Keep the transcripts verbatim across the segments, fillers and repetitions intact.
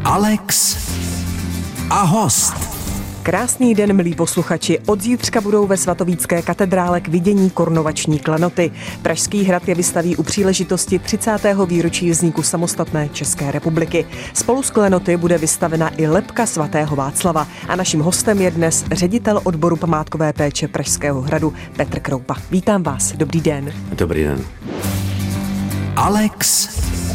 Alex a host. Krásný den, milí posluchači. Od zítřka budou ve svatovícké katedrále k vidění korunovační klenoty. Pražský hrad je vystaví u příležitosti třicátého výročí vzniku samostatné České republiky. Spolu s klenoty bude vystavena i lebka svatého Václava. A naším hostem je dnes ředitel odboru památkové péče Pražského hradu Petr Kroupa. Vítám vás. Dobrý den. Dobrý den. Alex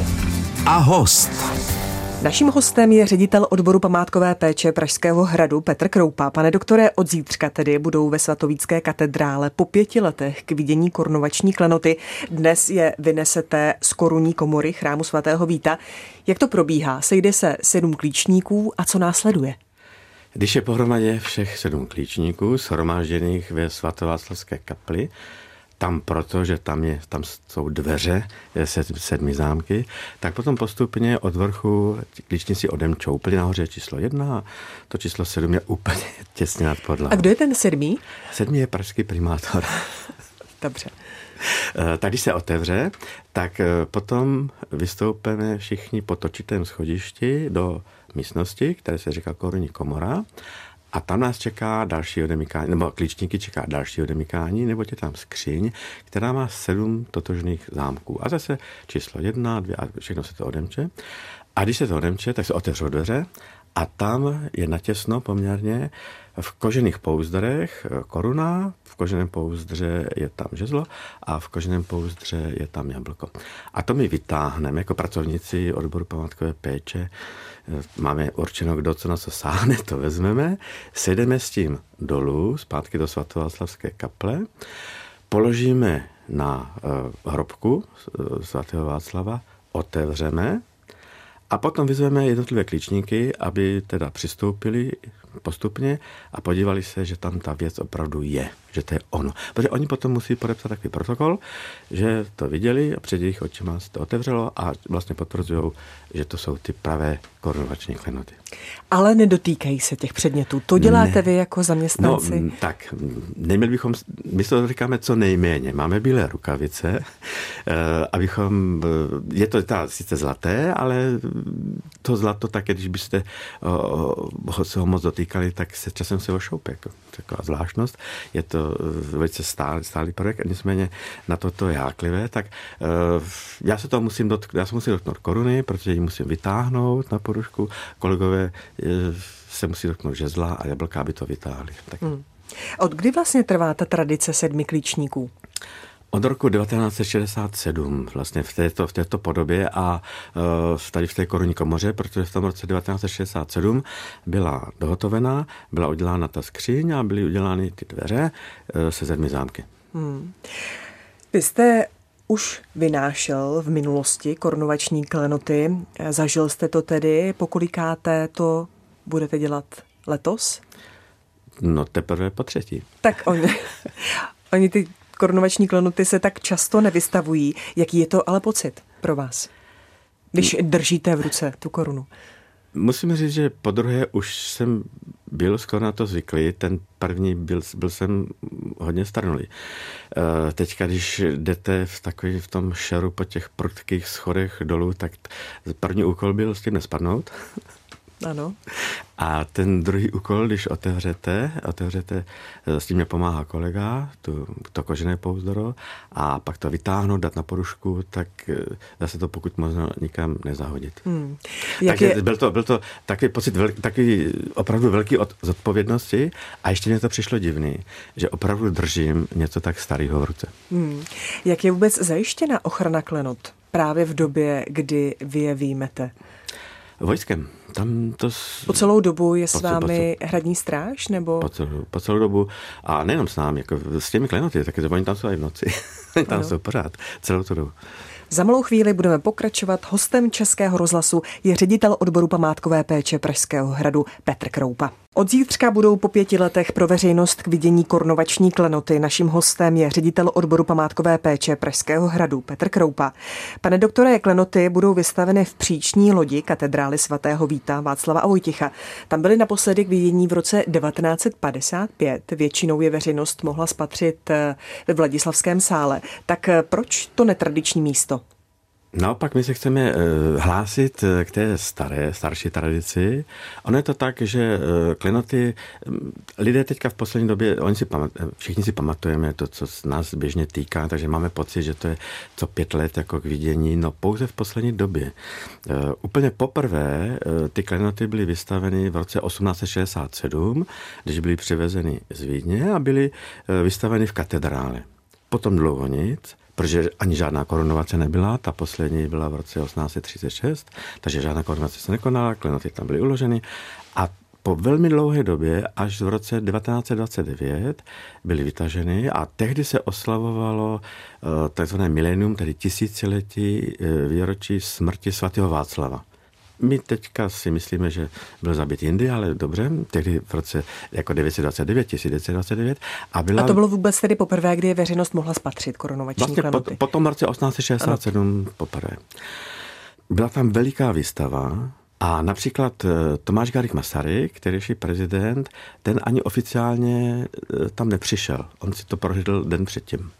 a host. Naším hostem je ředitel odboru památkové péče Pražského hradu Petr Kroupa. Pane doktore, od zítřka tedy budou ve svatovícké katedrále po pěti letech k vidění korunovační klenoty. Dnes je vynesete z korunní komory chrámu svatého Víta. Jak to probíhá? Sejde se sedm klíčníků a co následuje? Když je pohromadě všech sedm klíčníků shromážděných ve svatováclavské kapli, tam proto, že tam, je, tam jsou dveře sedmi zámky, tak potom postupně od vrchu klíčníci odemčou. Úplně nahoře je číslo jedna a to číslo sedm je úplně těsně nad podlahou. A kdo je ten sedmý? Sedmý je pražský primátor. Dobře. Tak když se otevře, tak potom vystoupíme všichni po točitém schodišti do místnosti, které se říká korunní komora. A tam nás čeká další odemykání, nebo klíčníky čeká další odemykání, nebo je tam skříň, která má sedm totožných zámků. A zase číslo jedna, dvě a všechno se to odemče. A když se to odemče, tak se otevřou dveře a tam je natěsno poměrně v kožených pouzdrech koruna, v koženém pouzdře je tam žezlo a v koženém pouzdře je tam jablko. A to my vytáhneme jako pracovníci odboru památkové péče. Máme určeno, kdo co na co sáhne, to vezmeme, sejdeme s tím dolů, zpátky do svatováclavské kaple, položíme na uh, hrobku svatého Václava, otevřeme a potom vyzveme jednotlivé klíčníky, aby teda přistoupili postupně a podívali se, že tam ta věc opravdu je, že to je ono. Protože oni potom musí podepsat takový protokol, že to viděli a před jejich očima se to otevřelo a vlastně potvrzují, že to jsou ty pravé korunovační klenoty. Ale nedotýkají se těch předmětů. To děláte ne. Vy jako zaměstnanci? No tak, neměli bychom, my to říkáme co nejméně. Máme bílé rukavice, abychom, je to ta sice zlaté, ale to zlato také, když byste se ho moc dotýkali, tak se časem se ošoupe. Jako, taková zvláštnost. Je to velice stálý, stálý projekt, nicméně na toto je háklivé, tak já se toho musím dotknout, já se musím dotknout koruny, protože ji musím vytáhnout na porušku. Kolegové se musí dotknout žezla a jablka, aby to vytáhli. Tak. Hmm. Od kdy vlastně trvá ta tradice sedmi klíčníků? Od roku devatenáct set šedesát sedm vlastně v této, v této podobě a uh, tady v té korunní komoře, protože v tom roce devatenáct set šedesát sedm byla dohotovená, byla udělána ta skříň a byly udělány ty dveře uh, se sedmi zámky. Hmm. Vy jste už vynášel v minulosti korunovační klenoty. Zažil jste to tedy? Pokolikáté to budete dělat letos? No teprve po třetí. Tak oni, oni ty korunovační klenoty se tak často nevystavují. Jaký je to ale pocit pro vás, když držíte v ruce tu korunu? Musím říct, že po druhé už jsem byl skoro na to zvyklý. Ten první byl, byl jsem hodně starnulý. Teďka, když jdete v takový v tom šeru po těch prudkých schodech dolů, tak první úkol byl s tím nespadnout. Ano. A ten druhý úkol, když otevřete, otevřete, s tím mě pomáhá kolega, tu, to kožené pouzdro, a pak to vytáhnout, dát na porušku, tak zase to pokud možno nikam nezahodit. Hmm. Takže je... byl, to, byl to takový pocit, vel, takový opravdu velký od, zodpovědnosti a ještě mě to přišlo divný, že opravdu držím něco tak starého v ruce. Hmm. Jak je vůbec zajištěna ochrana klenot právě v době, kdy vy je vyjmete? Vojskem. Tam to... Po celou dobu je s po, vámi po, hradní stráž, nebo? Po celou, po celou dobu. A nejenom s námi, jako s těmi klenoty, taky oni tam jsou i v noci. Tam ano. Jsou pořád, celou tu dobu. Za malou chvíli budeme pokračovat. Hostem Českého rozhlasu je ředitel odboru památkové péče Pražského hradu Petr Kroupa. Od zítřka budou po pěti letech pro veřejnost k vidění korunovační klenoty. Naším hostem je ředitel odboru památkové péče Pražského hradu Petr Kroupa. Pane doktore, klenoty budou vystaveny v příční lodi katedrály svatého Víta, Václava a Vojtěcha. Tam byly naposledy k vidění v roce devatenáct set padesát pět. Většinou je veřejnost mohla spatřit ve Vladislavském sále. Tak proč to netradiční místo? Naopak my se chceme hlásit k té staré, starší tradici. Ono je to tak, že klenoty, lidé teďka v poslední době, oni si pamat, všichni si pamatujeme to, co nás běžně týká, takže máme pocit, že to je co pět let jako k vidění, no pouze v poslední době. Úplně poprvé ty klenoty byly vystaveny v roce osmnáct set šedesát sedm, když byly přivezeny z Vídně a byly vystaveny v katedrále. Potom dlouho nic, protože ani žádná korunovace nebyla, ta poslední byla v roce osmnáct set třicet šest, takže žádná korunovace se nekonala, klenoty tam byly uloženy a po velmi dlouhé době, až v roce devatenáct set dvacet devět, byly vytaženy a tehdy se oslavovalo takzvané milénium, tedy tisíciletí výročí smrti svatého Václava. My teďka si myslíme, že byl zabit jindy, ale dobře, tehdy v roce jako devět set dvacet devět, tisíc devět set dvacet devět. A, byla... a to bylo vůbec tedy poprvé, kdy veřejnost mohla spatřit korunovační vlastně klenoty? Po, po tom roce osmnáct set šedesát sedm ano. Poprvé. Byla tam veliká výstava a například Tomáš Garrigue Masaryk, kterýší prezident, ten ani oficiálně tam nepřišel. On si to prohlídl den předtím.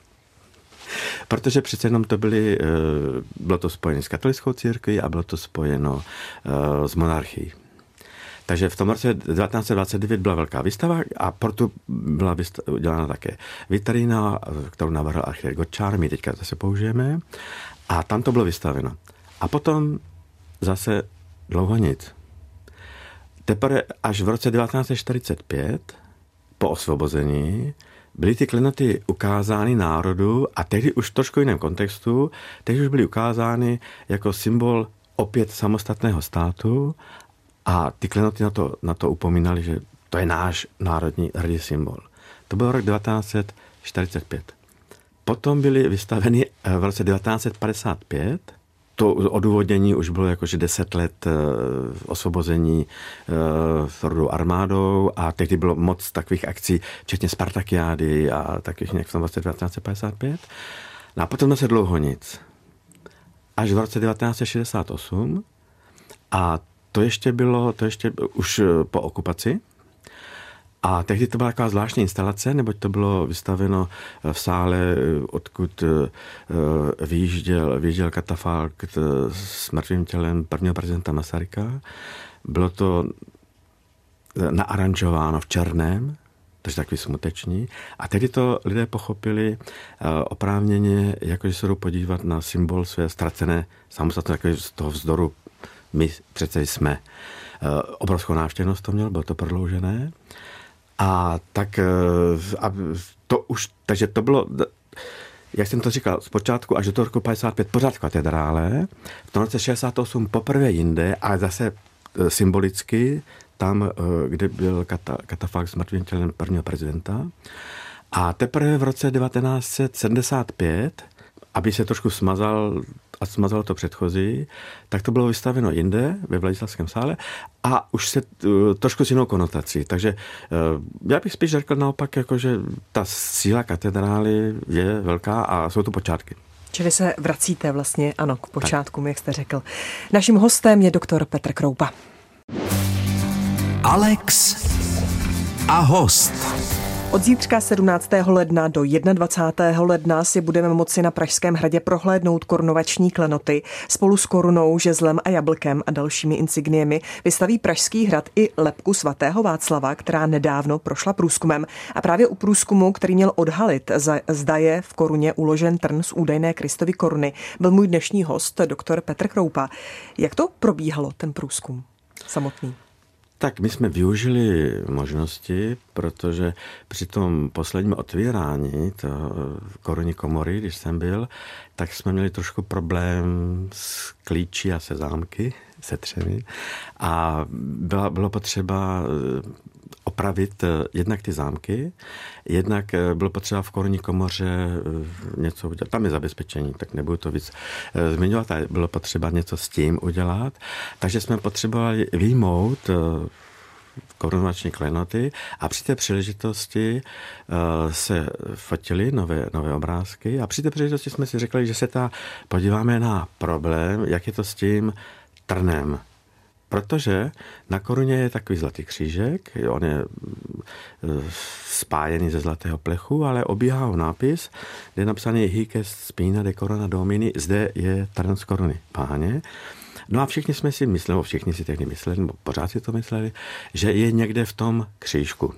Protože přece jenom to byly, bylo to spojeno s katolickou církví a bylo to spojeno s monarchií. Takže v tom roce devatenáct set dvacet devět byla velká výstava a proto byla udělána také vitrína, kterou navrhl architekt Gottschalk, my teďka zase použijeme. A tam to bylo vystaveno. A potom zase dlouho nic. Teprve až v roce devatenáct set čtyřicet pět, po osvobození, byly ty klenoty ukázány národu a tehdy už v trošku jiném kontextu, tehdy už byly ukázány jako symbol opět samostatného státu a ty klenoty na to, na to upomínali, že to je náš národní hrdý symbol. To byl rok devatenáct set čtyřicet pět. Potom byly vystaveny v roce devatenáct set padesát pět. To odůvodnění už bylo jakože deset let osvobození v rodou armádou a tehdy bylo moc takových akcí, včetně Spartakiády a takových nějak v tom roce devatenáct set padesát pět. No a potom se dlouho nic. Až v roce devatenáct set šedesát osm a to ještě bylo, to ještě už po okupaci. A tehdy to byla taková zvláštní instalace, neboť to bylo vystaveno v sále, odkud vyjížděl, vyjížděl katafalk s mrtvým tělem prvního prezidenta Masaryka. Bylo to naaranžováno v černém, takže takový smuteční. A tehdy to lidé pochopili oprávněně, jakože se jdou podívat na symbol své ztracené samostatné, z toho vzdoru my přece jsme. Obrovskou návštěvnost to mělo, bylo to prodloužené. A tak a to už, takže to bylo, jak jsem to říkal, zpočátku až do toho roku padesát pět pořád v katedrále, v tom roce šedesát osm poprvé jinde, ale zase symbolicky, tam, kde byl kata, katafalk s mrtvým tělem prvního prezidenta. A teprve v roce devatenáct set sedmdesát pět, aby se trošku smazal a smazalo to předchozí, tak to bylo vystaveno jinde, ve Vladislavském sále a už se uh, trošku s jinou konotací. Takže uh, já bych spíš řekl naopak, jako, že ta síla katedrály je velká a jsou to počátky. Čili se vracíte vlastně, ano, k počátkům, jak jste řekl. Naším hostem je doktor Petr Kroupa. Alex a host. Od zítřka sedmnáctého ledna do dvacátého prvního ledna si budeme moci na Pražském hradě prohlédnout korunovační klenoty. Spolu s korunou, žezlem a jablkem a dalšími insigniemi vystaví Pražský hrad i lebku svatého Václava, která nedávno prošla průzkumem. A právě u průzkumu, který měl odhalit, zda je v koruně uložen trn z údajné Kristovy koruny, byl můj dnešní host, doktor Petr Kroupa. Jak to probíhalo, ten průzkum samotný? Tak my jsme využili možnosti, protože při tom posledním otvírání to korunní komory, když jsem byl, tak jsme měli trošku problém s klíči a se zámky, se třemi. A byla, bylo potřeba opravit jednak ty zámky, jednak bylo potřeba v korunní komoře něco udělat. Tam je zabezpečení, tak nebudu to víc zmiňovat, ale bylo potřeba něco s tím udělat. Takže jsme potřebovali vyjmout korunovační klenoty a při té příležitosti uh, se fotily nové, nové obrázky a při té příležitosti jsme si řekli, že se ta podíváme na problém, jak je to s tím trnem. Protože na koruně je takový zlatý křížek, on je spájený ze zlatého plechu, ale obíhá ho nápis, kde je napsaný Hic est spina de corona domini, zde je trn z koruny Páně. No a všichni jsme si mysleli, všichni si tehdy mysleli, nebo pořád si to mysleli, že je někde v tom křížku.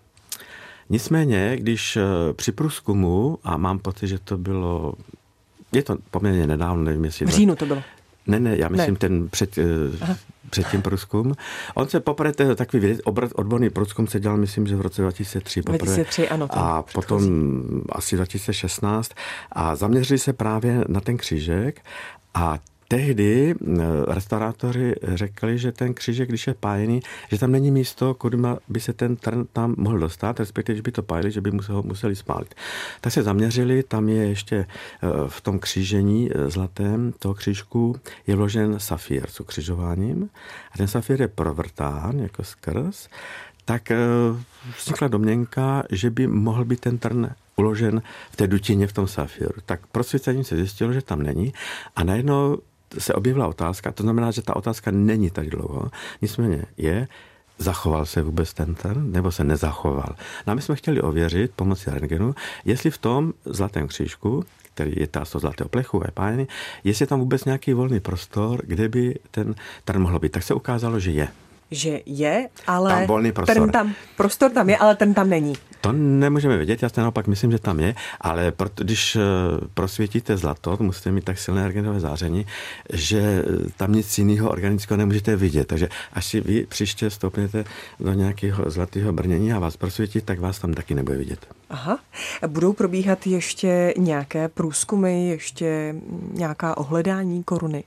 Nicméně, když při průzkumu, a mám pocit, že to bylo, je to poměrně nedávno, nevím, jestli... V říjnu to bylo. Ne, ne, já myslím ne. ten před, před tím průzkum. On se poprvé, takový odborný průzkum se dělal, myslím, že v roce dva tisíce tři poprvé. dva tisíce tři, ano. A potom asi dva tisíce šestnáct. A zaměřili se právě na ten křížek a tehdy restaurátoři řekli, že ten křížek, když je pájený, že tam není místo, kudy by se ten trn tam mohl dostat, respektive, když by to pájili, že by ho museli spálit. Tak se zaměřili, tam je ještě v tom křížení zlatém toho křížku je vložen safír s ukřižováním a ten safír je provrtán jako skrz, tak vznikla domněnka, že by mohl být ten trn uložen v té dutině v tom safíru. Tak prosvěcením se zjistilo, že tam není a najednou se objevila otázka, to znamená, že ta otázka není tak dlouho, nicméně je, zachoval se vůbec ten trn, nebo se nezachoval. No a my jsme chtěli ověřit pomocí rentgenu, jestli v tom zlatém křížku, který je ta z toho zlatého plechu a je pájený, jestli je tam vůbec nějaký volný prostor, kde by ten trn mohl být. Tak se ukázalo, že je. Že je, ale tam volný prostor. Ten tam, prostor tam je, ale ten tam není. To nemůžeme vědět, já se naopak myslím, že tam je, ale proto, když prosvětíte zlato, musíte mít tak silné rentgenové záření, že tam nic jiného organického nemůžete vidět. Takže až si vy příště stoupnete do nějakého zlatého brnění a vás prosvětí, tak vás tam taky nebude vidět. Aha. Budou probíhat ještě nějaké průzkumy, ještě nějaká ohledání koruny?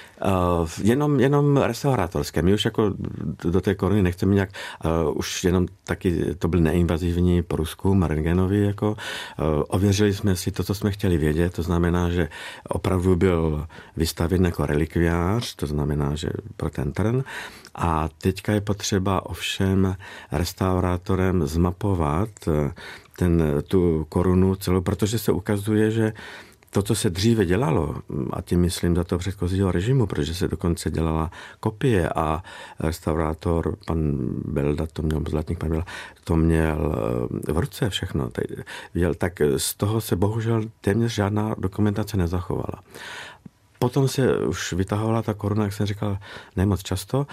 Uh, jenom, jenom restaurátorské. My už jako do té koruny nechceme nějak, uh, už jenom taky to byl neinvazivní průzkum rentgenový, jako uh, ověřili jsme si to, co jsme chtěli vědět, to znamená, že opravdu byl vystavěn jako relikviář, to znamená, že pro ten trn. A teďka je potřeba ovšem restaurátorem zmapovat ten, tu korunu celou, protože se ukazuje, že to, co se dříve dělalo, a tím myslím za toho předchozího režimu, protože se dokonce dělala kopie a restaurátor, pan Belda, to měl, zlatník pan Belda, to měl v ruce všechno, tak z toho se bohužel téměř žádná dokumentace nezachovala. Potom se už vytahovala ta koruna, jak jsem říkal, ne moc často,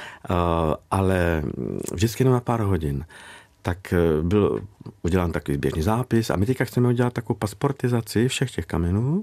ale vždycky jenom na pár hodin. Tak byl udělán takový běžný zápis a my teďka chceme udělat takovou pasportizaci všech těch kamenů,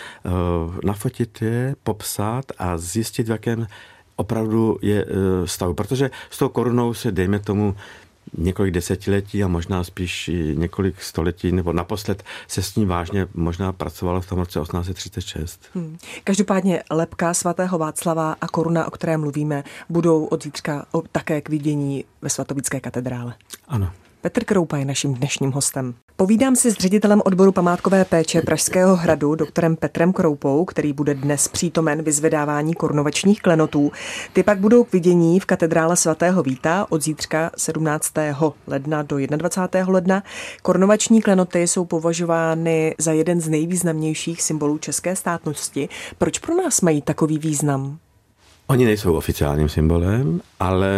nafotit je, popsat a zjistit, v jakém opravdu je stavu. Protože s tou korunou se, dejme tomu, několik desetiletí a možná spíš několik století, nebo naposled se s ní vážně možná pracovalo v tom roce osmnáct set třicet šest. Hmm. Každopádně lebka svatého Václava a koruna, o které mluvíme, budou od zítřka také k vidění ve svatovícké katedrále. Ano. Petr Kroupa je naším dnešním hostem. Povídám si s ředitelem odboru památkové péče Pražského hradu, doktorem Petrem Kroupou, který bude dnes přítomen vyzvedávání korunovačních klenotů. Ty pak budou k vidění v katedrále svatého Víta od zítřka sedmnáctého ledna do dvacátého prvního ledna. Korunovační klenoty jsou považovány za jeden z nejvýznamnějších symbolů české státnosti. Proč pro nás mají takový význam? Oni nejsou oficiálním symbolem, ale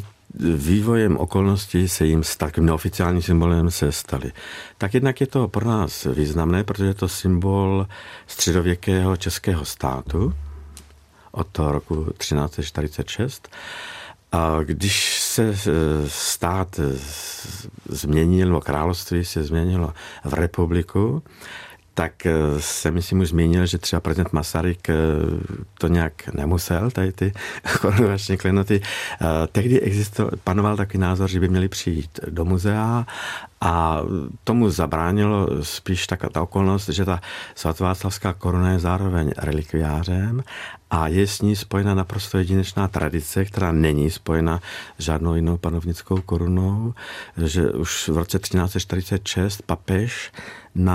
vývojem okolností se jim s takovým neoficiálním symbolem se staly. Tak jednak je to pro nás významné, protože je to symbol středověkého českého státu od toho roku třináct set čtyřicet šest. A když se stát změnil, nebo království se změnilo v republiku, tak se myslím už zmínil, že třeba prezident Masaryk to nějak nemusel, tady ty korunovační klenoty. Tehdy existoval, panoval takový názor, že by měli přijít do muzea a tomu zabránilo spíš ta, ta okolnost, že ta svatováclavská koruna je zároveň relikviářem a je s ní spojena naprosto jedinečná tradice, která není spojena s žádnou jinou panovnickou korunou, že už v roce třináct set čtyřicet šest papež na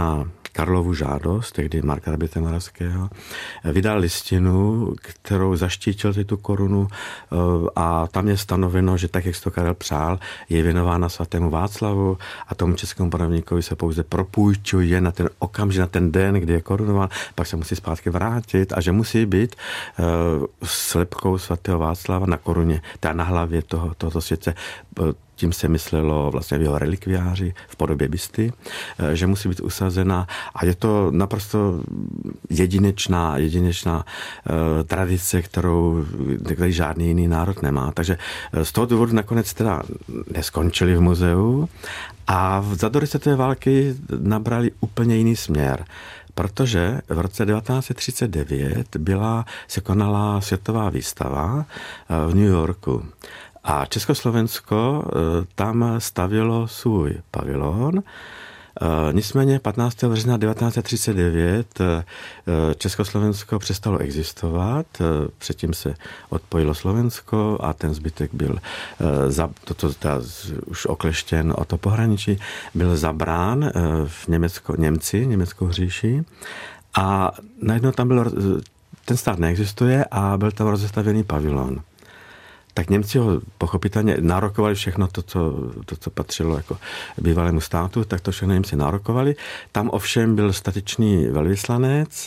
Karlovu žádost, tehdy Marka Rabité Moravského, vydal listinu, kterou zaštítil tu korunu a tam je stanoveno, že tak, jak to Karel přál, je věnována svatému Václavu a tomu českému panovníkovi se pouze propůjčuje na ten okamžik, na ten den, kdy je korunován, pak se musí zpátky vrátit a že musí být slepkou svatého Václava na koruně, ta na hlavě toho, tohoto světce. Tím se myslelo vlastně v jeho relikviáři v podobě bysty, že musí být usazena a je to naprosto jedinečná, jedinečná uh, tradice, kterou který žádný jiný národ nemá. Takže z toho důvodu nakonec teda neskončili v muzeu a za druhé světové války nabrali úplně jiný směr. Protože v roce devatenáct set třicet devět byla, se konala světová výstava v New Yorku. A Československo tam stavilo svůj pavilon. Nicméně patnáctého března devatenáct set třicet devět Československo přestalo existovat, předtím se odpojilo Slovensko a ten zbytek byl za, toto, ta, už okleštěn o to pohraničí, byl zabrán v Německo, Němci, Německou říši a najednou tam byl, ten stát neexistuje a byl tam rozestavěný pavilon. Tak Němci ho pochopitelně nárokovali všechno to, co, to, co patřilo jako bývalému státu, tak to všechno Němci nárokovali. Tam ovšem byl statečný velvyslanec,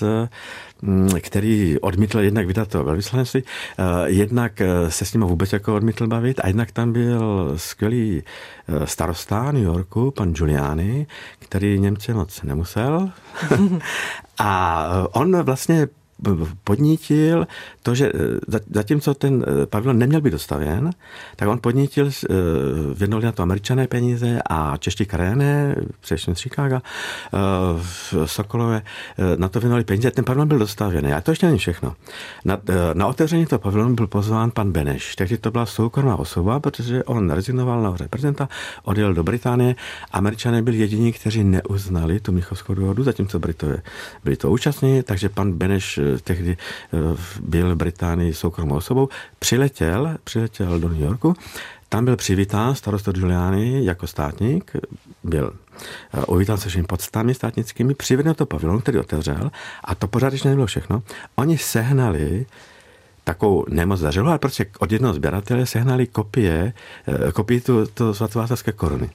který odmítl jednak vydat to velvyslanectví, jednak se s ním vůbec jako odmítl bavit a jednak tam byl skvělý starosta New Yorku, pan Giuliani, který Němce moc nemusel. A on vlastně podnítil to, že zatímco ten pavilon neměl být dostavěn, tak on podnítil, věnovali na to Američané peníze a čeští krajané, především z Chicaga, v Sokolové, na to věnovali peníze. Ten pavilon byl dostavěný. A to ještě není všechno. Na, na otevření toho pavilonu byl pozván pan Beneš. Takže to byla soukromá osoba, protože on rezignoval na úřad prezidenta, odjel do Británie. Američané byli jediní, kteří neuznali tu Mnichovskou dohodu, zatímco Britové byli to účastní, takže pan Beneš tehdy byl v Británii soukromou osobou, přiletěl, přiletěl do New Yorku, tam byl přivítán starosta Giuliani jako státník, byl uvítán se všemi podstami státnickými, přivedl to pavilon, který otevřel a to pořád ještě nebylo všechno. Oni sehnali takovou nemoc dařilo, ale prostě od jednoho sběratele sehnali kopie, kopii tu, tu svatováclavské koruny.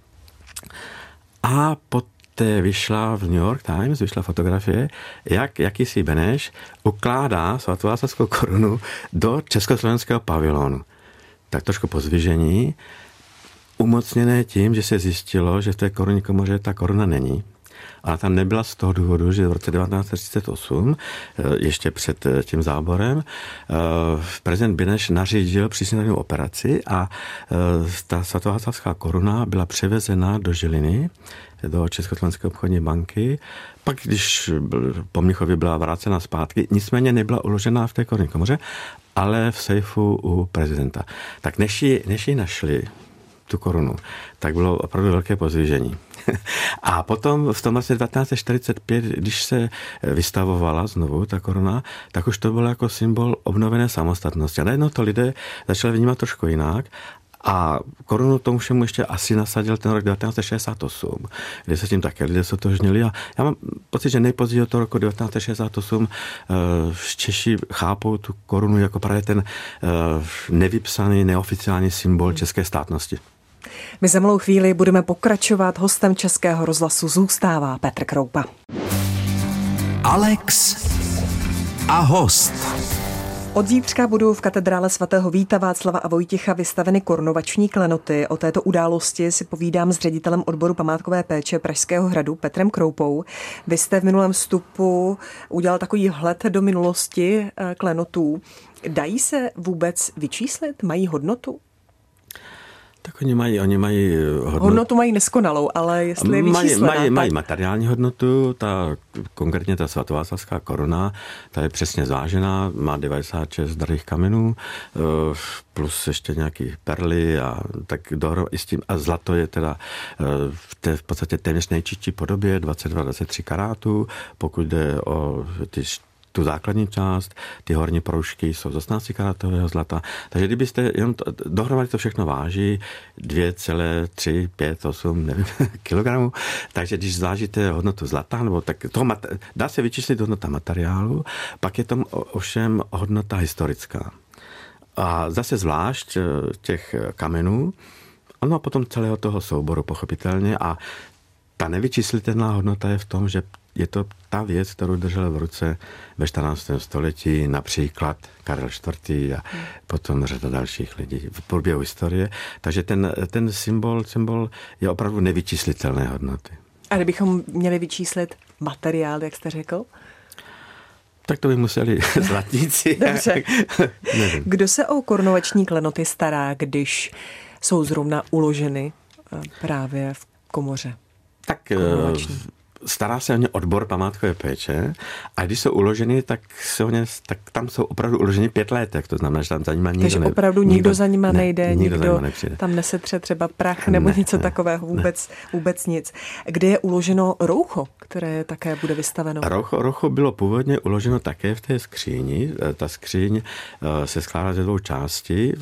A pod té vyšla v New York Times, vyšla fotografie, jak jakýsi Beneš ukládá svatováclavskou korunu do československého pavilonu. Tak trošku pozvižení, umocněné tím, že se zjistilo, že v té korunní komoře ta koruna není. Ona tam nebyla z toho důvodu, že v roce devatenáct set třicet osm, ještě před tím záborem, prezident Beneš nařídil přísněnou operaci a ta svatováclavská koruna byla převezena do Žiliny, do Československé obchodní banky. Pak, když po Mnichově byla vrácena zpátky, nicméně nebyla uložená v té korunní komoře, ale v sejfu u prezidenta. Tak než ji, než ji našli, tu korunu, tak bylo opravdu velké pozdvižení. A potom v tom roce devatenáct set čtyřicet pět, když se vystavovala znovu ta koruna, tak už to bylo jako symbol obnovené samostatnosti. A najednou to lidé začali vnímat trošku jinak. A korunu tomu všemu ještě asi nasadil ten rok devatenáct set šedesát osm, kde se tím také lidé sotožnili. A já mám pocit, že nejpozději od toho roku devatenáct set šedesát osm uh, Češi chápou tu korunu jako právě ten uh, nevypsaný, neoficiální symbol české státnosti. My za malou chvíli budeme pokračovat. Hostem Českého rozhlasu zůstává Petr Kroupa. Alex a host. Od zítřka budou v katedrále svatého Víta, Václava a Vojtěcha vystaveny korunovační klenoty. O této události si povídám s ředitelem odboru památkové péče Pražského hradu Petrem Kroupou. Vy jste v minulém vstupu udělal takový vhled do minulosti klenotů. Dají se vůbec vyčíslit? Mají hodnotu? Tak oni mají, oni mají hodnotu. Hodnotu mají neskonalou, ale jestli je vyčíslená. Mají, mají, tak... mají materiální hodnotu, ta, konkrétně ta svatováclavská koruna, ta je přesně zvážená, má devadesát šest drahých kamenů, plus ještě nějaký perly a tak dohromady i s tím. A zlato je teda v, té, v podstatě téměř nejčistší podobě, dvacet dva dvacet tři karátů, pokud jde o ty tu základní část, ty horní proužky jsou z osmnáct karatového zlata. Takže kdybyste jenom to, dohromady to všechno váží dvě celé tři pět osm nevím, kilogramů, takže když zvážíte hodnotu zlata, nebo tak toho mat, dá se vyčíslit hodnota materiálu, pak je tam ovšem hodnota historická. A zase zvlášť těch kamenů, ono a potom celého toho souboru pochopitelně a ta nevyčíslitelná hodnota je v tom, že je to ta věc, kterou držel v ruce ve čtrnáctém století, například Karel čtvrtý. a potom řada dalších lidí v průběhu historie. Takže ten, ten symbol, symbol je opravdu nevyčíslitelné hodnoty. A kdybychom měli vyčíslit materiál, jak jste řekl? Tak to by museli zlatníci. Dobře. Kdo se o korunovační klenoty stará, když jsou zrovna uloženy právě v komoře? Tak stará se o ně odbor památkové péče a když jsou uloženy, tak, se o ně, tak tam jsou opravdu uloženy pět let, to znamená, že tam za nima nikdo Takže ne, opravdu nikdo, nikdo za nima nejde, ne, nikdo, nikdo nikdo tam nesetře třeba prach nebo ne, něco ne, takového, vůbec, vůbec nic. Kde je uloženo roucho, které také bude vystaveno? Roucho, roucho bylo původně uloženo také v té skříni. Ta skříň se skládá ze dvou částí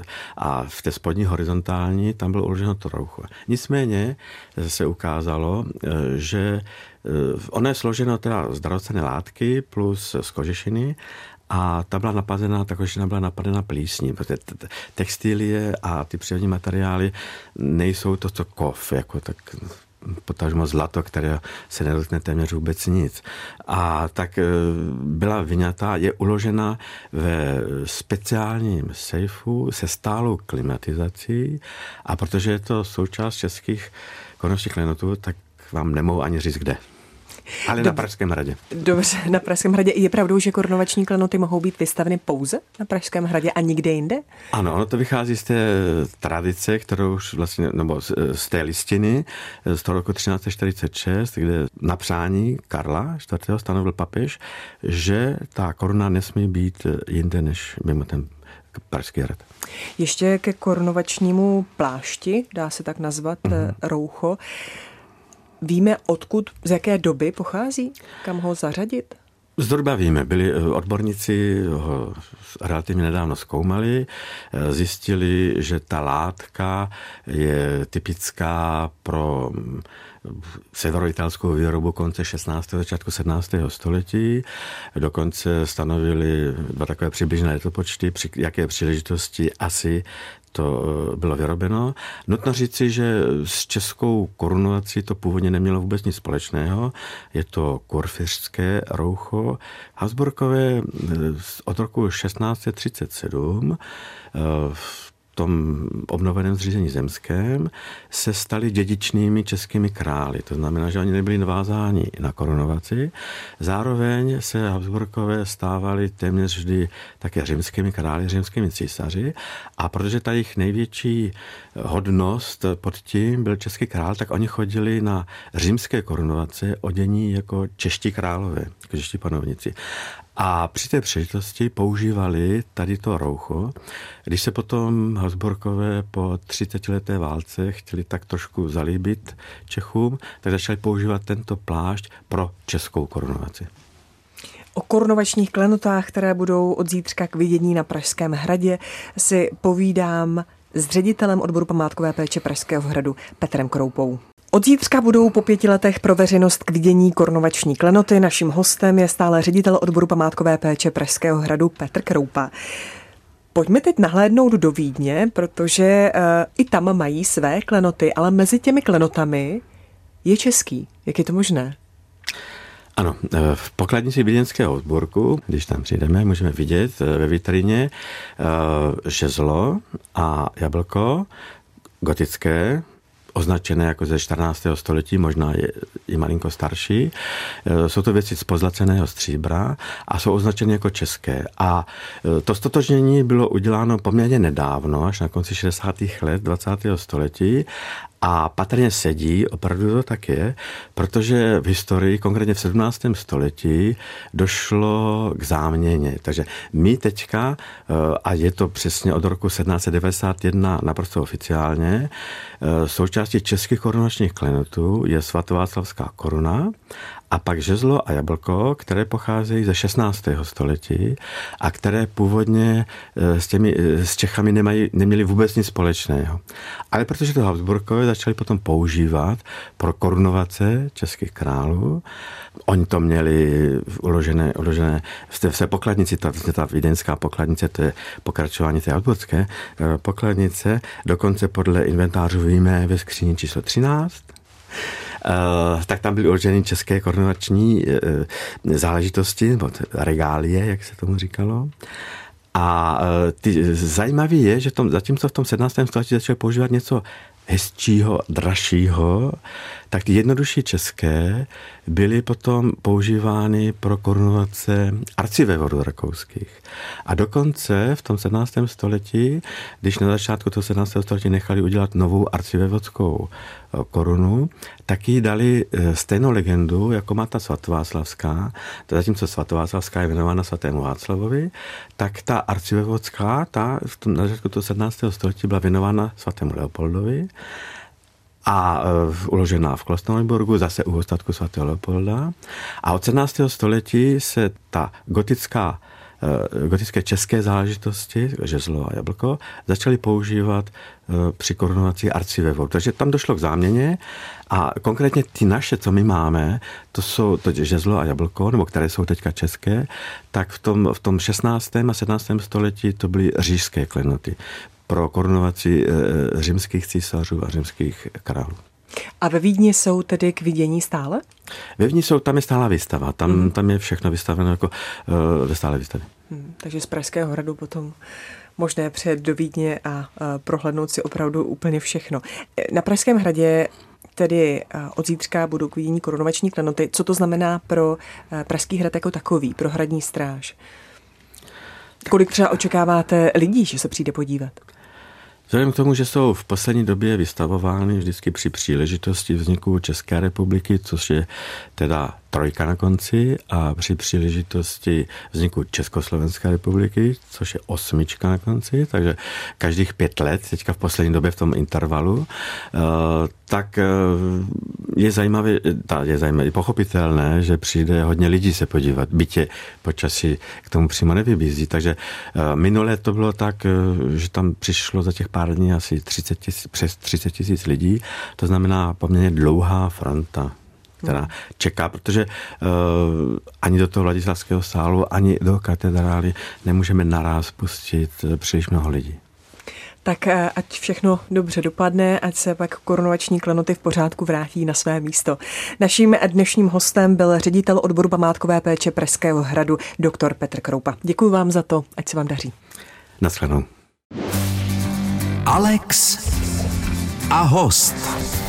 a v té spodní horizontální tam bylo uloženo to roucho. Nicméně se ukázalo, že ono je složeno teda z drahocenné látky plus z kožešiny a ta byla napadená, ta kožešina byla napadena plísní, protože textilie a ty přírodní materiály nejsou to, co kov, jako tak potažmo zlato, které se nedotkne téměř vůbec nic. A tak byla vyňatá, je uložena ve speciálním sejfu se stálou klimatizací a protože je to součást českých korunovačních klenotů, tak vám nemohu ani říct kde. Ale Dob- na Pražském hradě. Dobře, na Pražském hradě. Je pravdou, že korunovační klenoty mohou být vystaveny pouze na Pražském hradě a nikde jinde? Ano, ono to vychází z té tradice, kterou už vlastně, nebo z té listiny z toho roku třináct set čtyřicet šest, kde na přání Karla čtvrtého stanovil papež, že ta koruna nesmí být jinde než mimo ten Pražský hrad. Ještě ke korunovačnímu plášti, dá se tak nazvat, mm-hmm. roucho. Víme, odkud, z jaké doby pochází? Kam ho zařadit? Zhruba víme, byli odborníci, ho relativně nedávno zkoumali, zjistili, že ta látka je typická pro severoitalskou výrobu konce šestnáctého začátku sedmnáctého století. Dokonce stanovili dva takové přibližné letopočty, při jaké příležitosti asi to bylo vyrobeno. Nutno říci, že s českou korunovací to původně nemělo vůbec nic společného. Je to kurfiřtské roucho. Habsburkové od roku šestnáct set třicet sedm v tom obnoveném zřízení zemském se stali dědičnými českými králi. To znamená, že oni nebyli navázáni na korunovaci. Zároveň se Habsburkové stávali téměř vždy také římskými králi, římskými císaři. A protože ta jejich největší hodnost pod tím byl český král, tak oni chodili na římské korunovace odění jako čeští králové, jako čeští panovníci. A při té příležitosti používali tady to roucho. Když se potom Habsburkové po třicetileté válce chtěli tak trošku zalíbit Čechům, tak začali používat tento plášť pro českou korunovaci. O korunovačních klenotách, které budou od zítřka k vidění na Pražském hradě, si povídám s ředitelem odboru památkové péče Pražského hradu Petrem Kroupou. Od zítřka budou po pěti letech pro veřejnost k vidění korunovační klenoty. Naším hostem je stále ředitel odboru památkové péče Pražského hradu Petr Kroupa. Pojďme teď nahlédnout do Vídně, protože uh, i tam mají své klenoty, ale mezi těmi klenotami je český. Jak je to možné? Ano, v pokladnici vídeňského odborku, když tam přijdeme, můžeme vidět ve vitrině uh, žezlo a jablko gotické, označené jako ze čtrnáctého století, možná je i malinko starší. Jsou to věci z pozlaceného stříbra a jsou označeny jako české. A to ztotožnění bylo uděláno poměrně nedávno, až na konci šedesátých let dvacátého století. A patrně sedí, opravdu to tak je, protože v historii, konkrétně v sedmnáctém století, došlo k záměně. Takže my teďka, a je to přesně od roku sedmnáct set devadesát jedna naprosto oficiálně, součástí českých korunovačních klenotů je svatováclavská koruna a pak žezlo a jablko, které pocházejí ze šestnáctého století a které původně s těmi s Čechami nemají, neměli vůbec nic společného. Ale protože to Habsburkové začali potom používat pro korunovace českých králů, oni to měli uložené, uložené v té pokladnici, ta, ta vídeňská pokladnice, to je pokračování té habsburské pokladnice, dokonce podle inventářů víme ve skříni číslo třináct, Uh, tak tam byly uloženy české korunovační uh, záležitosti, nebo regálie, jak se tomu říkalo. A uh, ty, zajímavý je, že tom, zatímco v tom sedmnáctém století začali používat něco hezčího, dražšího, tak ty jednodušší české byly potom používány pro korunovace arcivévodů rakouských. A dokonce v tom sedmnáctém století, když na začátku toho sedmnáctého století nechali udělat novou arcivévodskou korunu, tak jí dali stejnou legendu, jako má ta svatováclavská. Zatímco svatováclavská je věnována svatému Václavovi, tak ta arcivévodská, ta v tom, na začátku toho sedmnáctého století byla věnována svatému Leopoldovi a uh, uložená v Klosterneuburgu, zase u ostatku svatého Leopolda. A od sedmnáctého století se ta gotická gotické české záležitosti, žezlo a jablko, začali používat při korunovaci arcivévodů. Takže tam došlo k záměně a konkrétně ty naše, co my máme, to jsou to žezlo a jablko, nebo které jsou teďka české, tak v tom, v tom šestnáctém a sedmnáctém století to byly říšské klenoty pro korunovaci římských císařů a římských králů. A ve Vídni jsou tedy k vidění stále? Ve Vídni jsou, tam je stála výstava, tam, hmm. tam je všechno vystaveno jako uh, ve stále výstavě. Hmm, takže z Pražského hradu potom možné přijet do Vídně a uh, prohlédnout si opravdu úplně všechno. Na Pražském hradě tedy uh, od zítřka budou k vidění korunovační klenoty. Co to znamená pro uh, Pražský hrad jako takový, pro hradní stráž? Kolik třeba očekáváte lidí, že se přijde podívat? Vzhledem k tomu, že jsou v poslední době vystavovány vždycky při příležitosti vzniku České republiky, což je teda trojka na konci, a při příležitosti vzniku Československé republiky, což je osmička na konci, takže každých pět let, teďka v poslední době v tom intervalu, tak je zajímavé, je zajímavé, pochopitelné, že přijde hodně lidí se podívat, bytě počasí k tomu přímo nevybízí. Takže minulé to bylo tak, že tam přišlo za těch pár dní asi třicet tisíc, přes třicet tisíc lidí, to znamená poměrně dlouhá fronta, která čeká, protože uh, ani do toho Vladislavského sálu, ani do katedrály nemůžeme naraz pustit příliš mnoho lidí. Tak ať všechno dobře dopadne, ať se pak korunovační klenoty v pořádku vrátí na své místo. Naším dnešním hostem byl ředitel odboru památkové péče Pražského hradu, doktor Petr Kroupa. Děkuji vám za to, ať se vám daří. Naschledanou. Alex a host.